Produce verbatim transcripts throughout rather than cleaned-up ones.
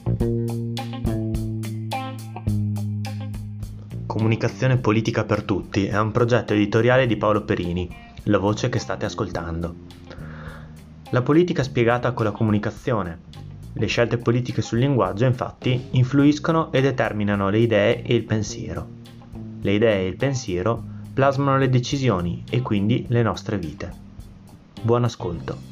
Comunicazione politica per tutti è un progetto editoriale di Paolo Perini, la voce che state ascoltando. La politica spiegata con la comunicazione. Le scelte politiche sul linguaggio, infatti, influiscono e determinano le idee e il pensiero. Le idee e il pensiero plasmano le decisioni e quindi le nostre vite. Buon ascolto.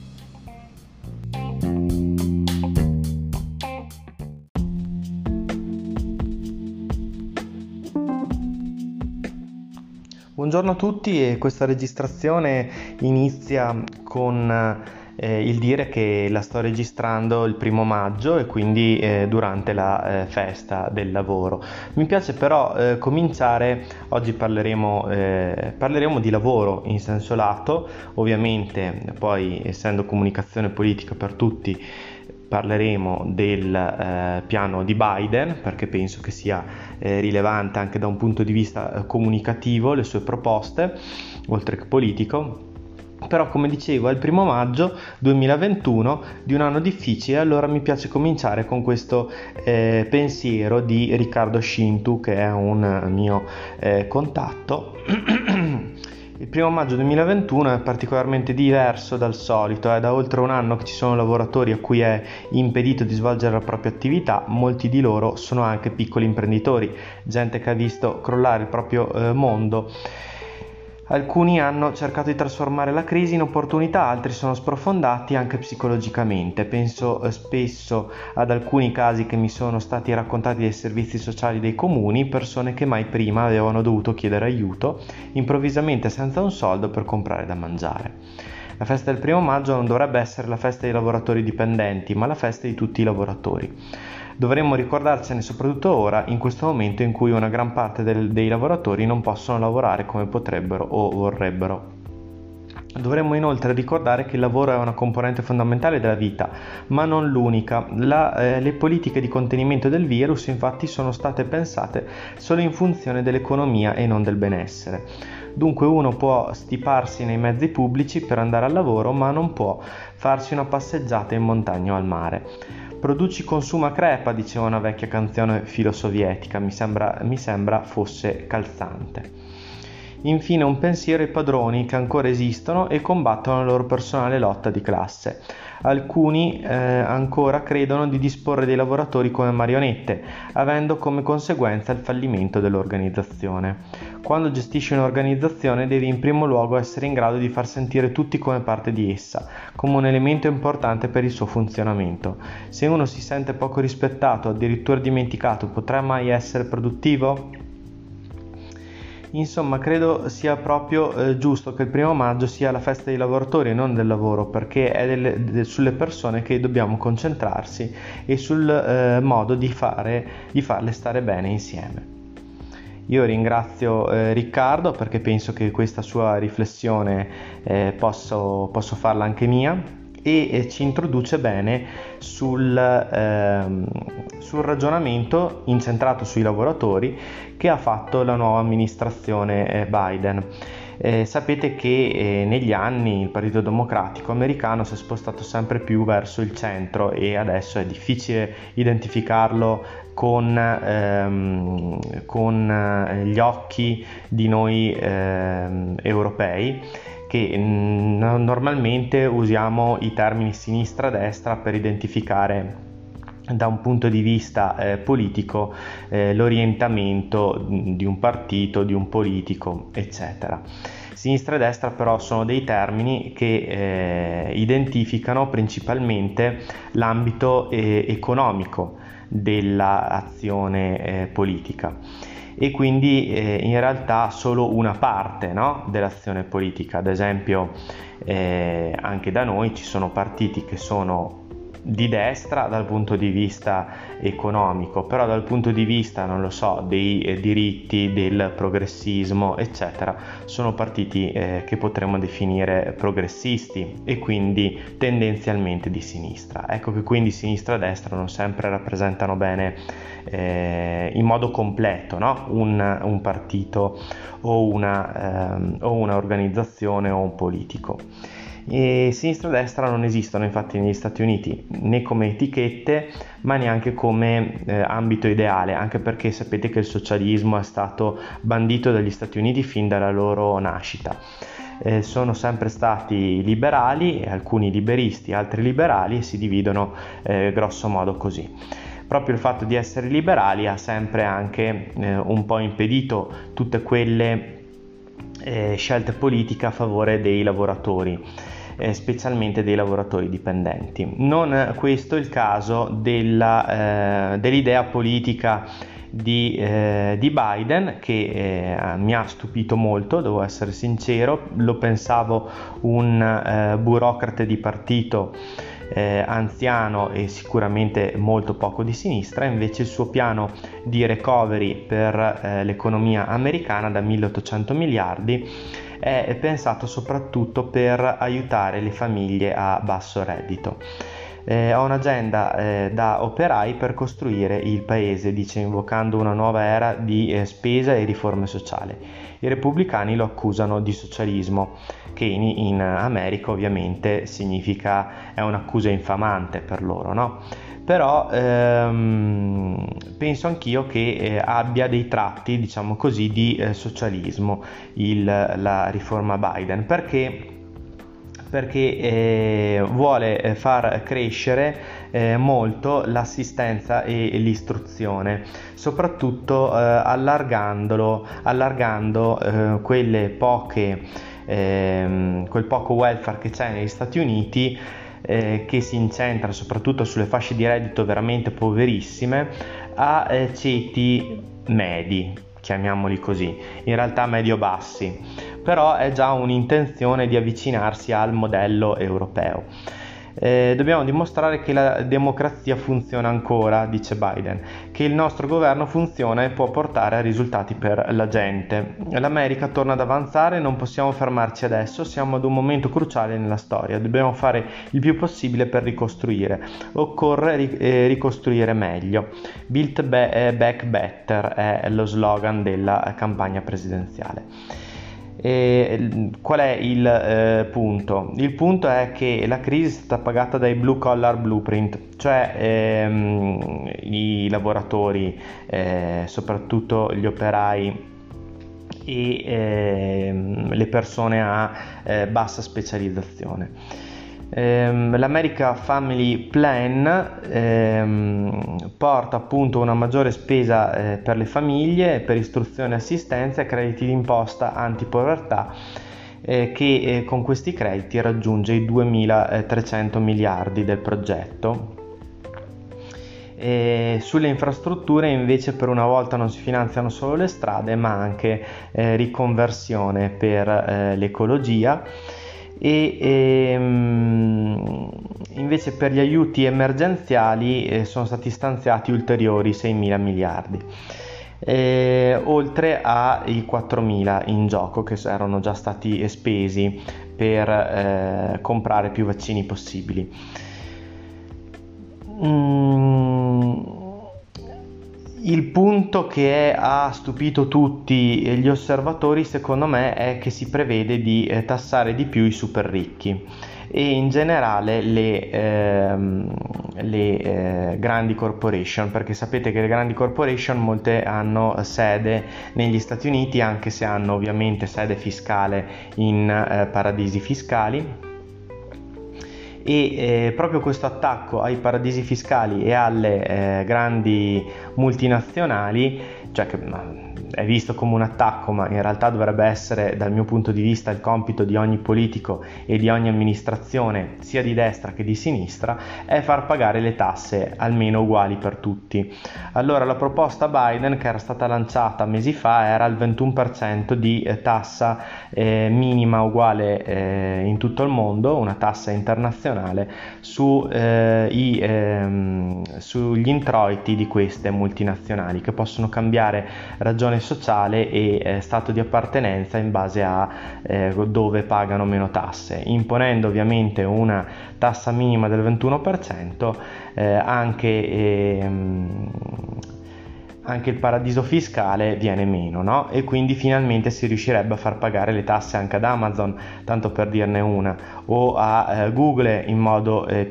Buongiorno a tutti, e questa registrazione inizia con eh, il dire che la sto registrando il primo maggio e quindi eh, durante la eh, festa del lavoro. Mi piace però eh, cominciare, oggi parleremo, eh, parleremo di lavoro in senso lato, ovviamente poi essendo comunicazione politica per tutti parleremo del eh, piano di Biden, perché penso che sia eh, rilevante anche da un punto di vista eh, comunicativo le sue proposte, oltre che politico. Però, come dicevo, è il primo maggio duemilaventuno di un anno difficile, allora mi piace cominciare con questo eh, pensiero di Riccardo Scintu, che è un mio eh, contatto. Il primo maggio duemilaventuno è particolarmente diverso dal solito, è da oltre un anno che ci sono lavoratori a cui è impedito di svolgere la propria attività, molti di loro sono anche piccoli imprenditori, gente che ha visto crollare il proprio eh, mondo. Alcuni hanno cercato di trasformare la crisi in opportunità, altri sono sprofondati anche psicologicamente. Penso eh, spesso ad alcuni casi che mi sono stati raccontati dai servizi sociali dei comuni, persone che mai prima avevano dovuto chiedere aiuto, improvvisamente senza un soldo per comprare da mangiare. La festa del primo maggio non dovrebbe essere la festa dei lavoratori dipendenti, ma la festa di tutti i lavoratori. Dovremmo ricordarcene soprattutto ora, in questo momento in cui una gran parte del, dei lavoratori non possono lavorare come potrebbero o vorrebbero. Dovremmo inoltre ricordare che il lavoro è una componente fondamentale della vita, ma non l'unica. La, eh, le politiche di contenimento del virus, infatti, sono state pensate solo in funzione dell'economia e non del benessere. Dunque uno può stiparsi nei mezzi pubblici per andare al lavoro, ma non può farsi una passeggiata in montagna o al mare. Produci, consuma, crepa, diceva una vecchia canzone filosovietica, mi sembra, mi sembra fosse calzante. Infine un pensiero ai padroni che ancora esistono e combattono la loro personale lotta di classe. Alcuni eh, ancora credono di disporre dei lavoratori come marionette, avendo come conseguenza il fallimento dell'organizzazione. Quando gestisci un'organizzazione devi in primo luogo essere in grado di far sentire tutti come parte di essa, come un elemento importante per il suo funzionamento. Se uno si sente poco rispettato o addirittura dimenticato, potrà mai essere produttivo? Insomma, credo sia proprio eh, giusto che il primo maggio sia la festa dei lavoratori e non del lavoro, perché è delle, de, sulle persone che dobbiamo concentrarsi e sul eh, modo di, fare, di farle stare bene insieme. Io ringrazio eh, Riccardo, perché penso che questa sua riflessione eh, posso, posso farla anche mia, e eh, ci introduce bene sul, ehm, sul ragionamento incentrato sui lavoratori che ha fatto la nuova amministrazione eh, Biden. Eh, sapete che eh, negli anni il Partito Democratico americano si è spostato sempre più verso il centro e adesso è difficile identificarlo con, ehm, con eh, gli occhi di noi ehm, europei, che mh, normalmente usiamo i termini sinistra-destra per identificare da un punto di vista eh, politico eh, l'orientamento di un partito, di un politico, eccetera. Sinistra e destra però sono dei termini che eh, identificano principalmente l'ambito eh, economico dell'azione eh, politica, e quindi eh, in realtà solo una parte, no, dell'azione politica. Ad esempio eh, anche da noi ci sono partiti che sono di destra dal punto di vista economico, però dal punto di vista, non lo so, dei eh, diritti, del progressismo, eccetera, sono partiti eh, che potremmo definire progressisti e quindi tendenzialmente di sinistra. Ecco che quindi sinistra e destra non sempre rappresentano bene eh, in modo completo, no? un, un partito o una, ehm, o una organizzazione o un politico. E sinistra e destra non esistono infatti negli Stati Uniti né come etichette ma neanche come eh, ambito ideale, anche perché sapete che il socialismo è stato bandito dagli Stati Uniti fin dalla loro nascita. Eh, sono sempre stati liberali, alcuni liberisti, altri liberali, e si dividono eh, grosso modo così. Proprio il fatto di essere liberali ha sempre anche eh, un po' impedito tutte quelle eh, scelte politiche a favore dei lavoratori, eh, specialmente dei lavoratori dipendenti. Non questo è il caso della, eh, dell'idea politica di, eh, di Biden, che eh, mi ha stupito molto, devo essere sincero. Lo pensavo un eh, burocrate di partito eh, anziano e sicuramente molto poco di sinistra. Invece il suo piano di recovery per eh, l'economia americana da milleottocento miliardi è pensato soprattutto per aiutare le famiglie a basso reddito. Eh, ho un'agenda eh, da operai per costruire il paese, dice, invocando una nuova era di eh, spesa e riforme sociali. I repubblicani lo accusano di socialismo, che in, in America ovviamente significa, è un'accusa infamante per loro, no? Però ehm, penso anch'io che eh, abbia dei tratti, diciamo così, di eh, socialismo il, la riforma Biden, perché perché eh, vuole far crescere eh, molto l'assistenza e l'istruzione, soprattutto eh, allargandolo, allargando eh, quelle poche, eh, quel poco welfare che c'è negli Stati Uniti, eh, che si incentra soprattutto sulle fasce di reddito veramente poverissime, a eh, ceti medi, chiamiamoli così, in realtà medio-bassi, però è già un'intenzione di avvicinarsi al modello europeo. Eh, dobbiamo dimostrare che la democrazia funziona ancora, dice Biden, che il nostro governo funziona e può portare a risultati per la gente. L'America torna ad avanzare, non possiamo fermarci adesso, siamo ad un momento cruciale nella storia, dobbiamo fare il più possibile per ricostruire, occorre ri- eh, ricostruire meglio. Build Back Better è lo slogan della campagna presidenziale. E qual è il eh, punto? Il punto è che la crisi è stata pagata dai blue collar blueprint, cioè ehm, i lavoratori, eh, soprattutto gli operai e ehm, le persone a eh, bassa specializzazione. L'America Family Plan ehm, porta appunto una maggiore spesa eh, per le famiglie, per istruzione e assistenza e crediti d'imposta antipovertà, eh, che eh, con questi crediti raggiunge i duemilatrecento miliardi del progetto. E sulle infrastrutture invece per una volta non si finanziano solo le strade ma anche eh, riconversione per eh, l'ecologia. E ehm, invece per gli aiuti emergenziali eh, sono stati stanziati ulteriori seimila miliardi, eh, oltre ai quattromila in gioco che erano già stati spesi per eh, comprare più vaccini possibili. Mm. Il punto che è, ha stupito tutti gli osservatori, secondo me, è che si prevede di eh, tassare di più i super ricchi e in generale le, ehm, le eh, grandi corporation, perché sapete che le grandi corporation molte hanno sede negli Stati Uniti, anche se hanno ovviamente sede fiscale in eh, paradisi fiscali. E eh, proprio questo attacco ai paradisi fiscali e alle eh, grandi multinazionali, cioè che è visto come un attacco, ma in realtà dovrebbe essere, dal mio punto di vista, il compito di ogni politico e di ogni amministrazione, sia di destra che di sinistra, è far pagare le tasse almeno uguali per tutti. Allora la proposta Biden, che era stata lanciata mesi fa, era il ventuno per cento di eh, tassa eh, minima uguale eh, in tutto il mondo, una tassa internazionale su, eh, i, ehm, sugli introiti di queste multinazionali, che possono cambiare ragione sociale e eh, stato di appartenenza in base a eh, dove pagano meno tasse, imponendo ovviamente una tassa minima del ventuno per cento, eh, anche ehm, anche il paradiso fiscale viene meno, no? E quindi finalmente si riuscirebbe a far pagare le tasse anche ad Amazon, tanto per dirne una, o a eh, Google in modo eh,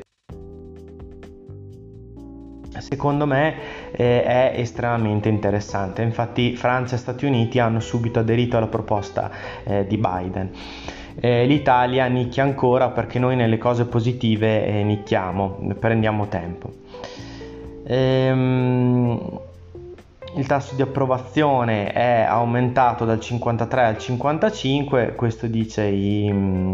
secondo me eh, è estremamente interessante. Infatti Francia e Stati Uniti hanno subito aderito alla proposta eh, di Biden. Eh, L'Italia nicchia ancora, perché noi nelle cose positive eh, nicchiamo, prendiamo tempo. Ehm, il tasso di approvazione è aumentato dal cinquantatré al cinquantacinque, questo dice i,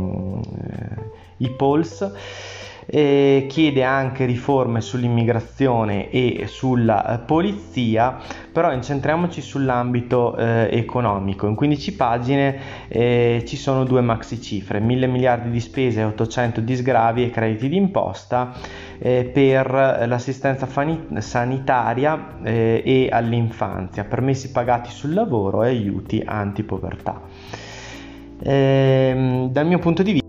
i polls. E chiede anche riforme sull'immigrazione e sulla polizia, però incentriamoci sull'ambito eh, economico. In quindici pagine eh, ci sono due maxi cifre: mille miliardi di spese e ottocento di sgravi e crediti d'imposta eh, per l'assistenza fani- sanitaria eh, e all'infanzia, permessi pagati sul lavoro e aiuti antipovertà. Eh, dal mio punto di vista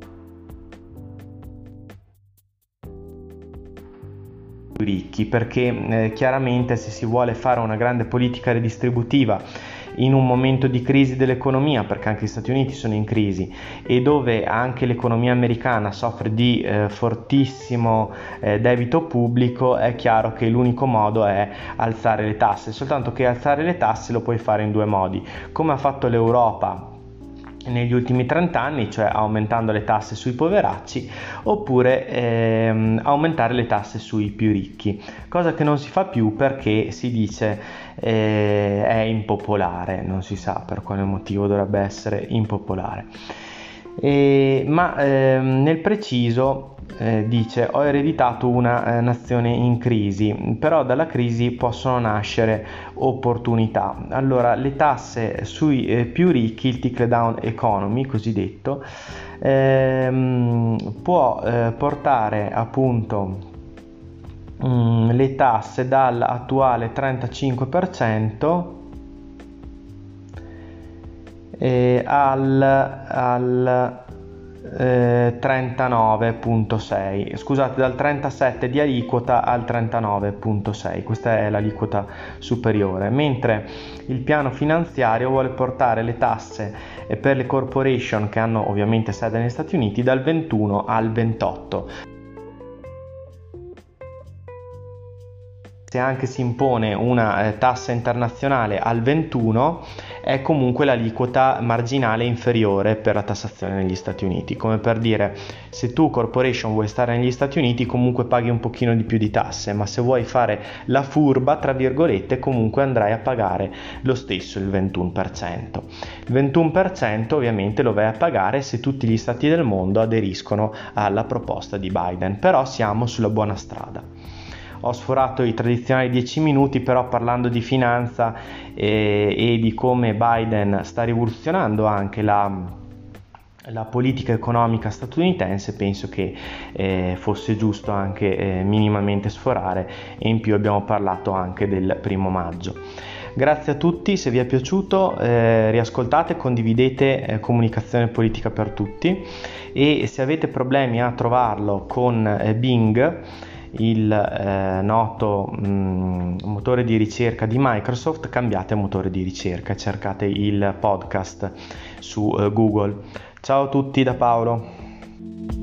ricchi, perché eh, chiaramente se si vuole fare una grande politica redistributiva in un momento di crisi dell'economia, perché anche gli Stati Uniti sono in crisi e dove anche l'economia americana soffre di eh, fortissimo eh, debito pubblico, è chiaro che l'unico modo è alzare le tasse, soltanto che alzare le tasse lo puoi fare in due modi, come ha fatto l'Europa negli ultimi trenta anni, cioè aumentando le tasse sui poveracci, oppure ehm, aumentare le tasse sui più ricchi, cosa che non si fa più perché si dice eh, è impopolare, non si sa per quale motivo dovrebbe essere impopolare. E, ma ehm, nel preciso eh, dice: ho ereditato una eh, nazione in crisi, però dalla crisi possono nascere opportunità. Allora, le tasse sui eh, più ricchi, il trickle down economy cosiddetto, ehm, può eh, portare appunto mh, le tasse dall'attuale trentacinque per cento Eh, al, al eh, trentanove virgola sei, scusate, dal trentasette di aliquota al trentanove virgola sei, questa è l'aliquota superiore, mentre il piano finanziario vuole portare le tasse per le corporation che hanno ovviamente sede negli Stati Uniti dal ventuno al ventotto. Se anche si impone una eh, tassa internazionale al ventuno, è comunque l'aliquota marginale inferiore per la tassazione negli Stati Uniti. Come per dire, se tu corporation vuoi stare negli Stati Uniti, comunque paghi un pochino di più di tasse, ma se vuoi fare la furba, tra virgolette, comunque andrai a pagare lo stesso il ventuno per cento. Il ventuno per cento ovviamente lo vai a pagare se tutti gli stati del mondo aderiscono alla proposta di Biden, però siamo sulla buona strada. Ho sforato i tradizionali dieci minuti, però parlando di finanza eh, e di come Biden sta rivoluzionando anche la, la politica economica statunitense, penso che eh, fosse giusto anche eh, minimamente sforare, e in più abbiamo parlato anche del primo maggio. Grazie a tutti, se vi è piaciuto eh, riascoltate, condividete eh, Comunicazione Politica per Tutti, e se avete problemi a trovarlo con eh, Bing, il eh, noto mh, motore di ricerca di Microsoft, cambiate motore di ricerca e cercate il podcast su eh, Google. Ciao a tutti da Paolo.